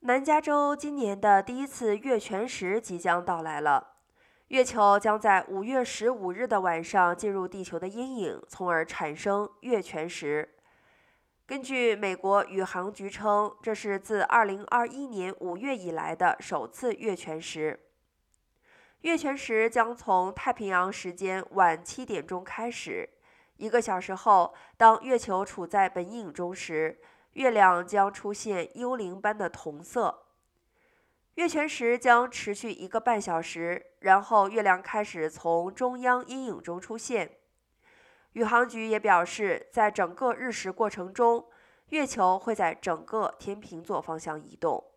南加州今年的第一次月全食即将到来了，月球将在5月15日的晚上进入地球的阴影，从而产生月全食。根据美国宇航局称，这是自2021年5月以来的首次月全食。月全食将从太平洋时间晚7点钟开始，1个小时后，当月球处在本阴影中时，月亮将出现幽灵般的铜色。月全食将持续1个半小时，然后月亮开始从中央阴影中出现。宇航局也表示，在整个日食过程中，月球会在整个天平座方向移动。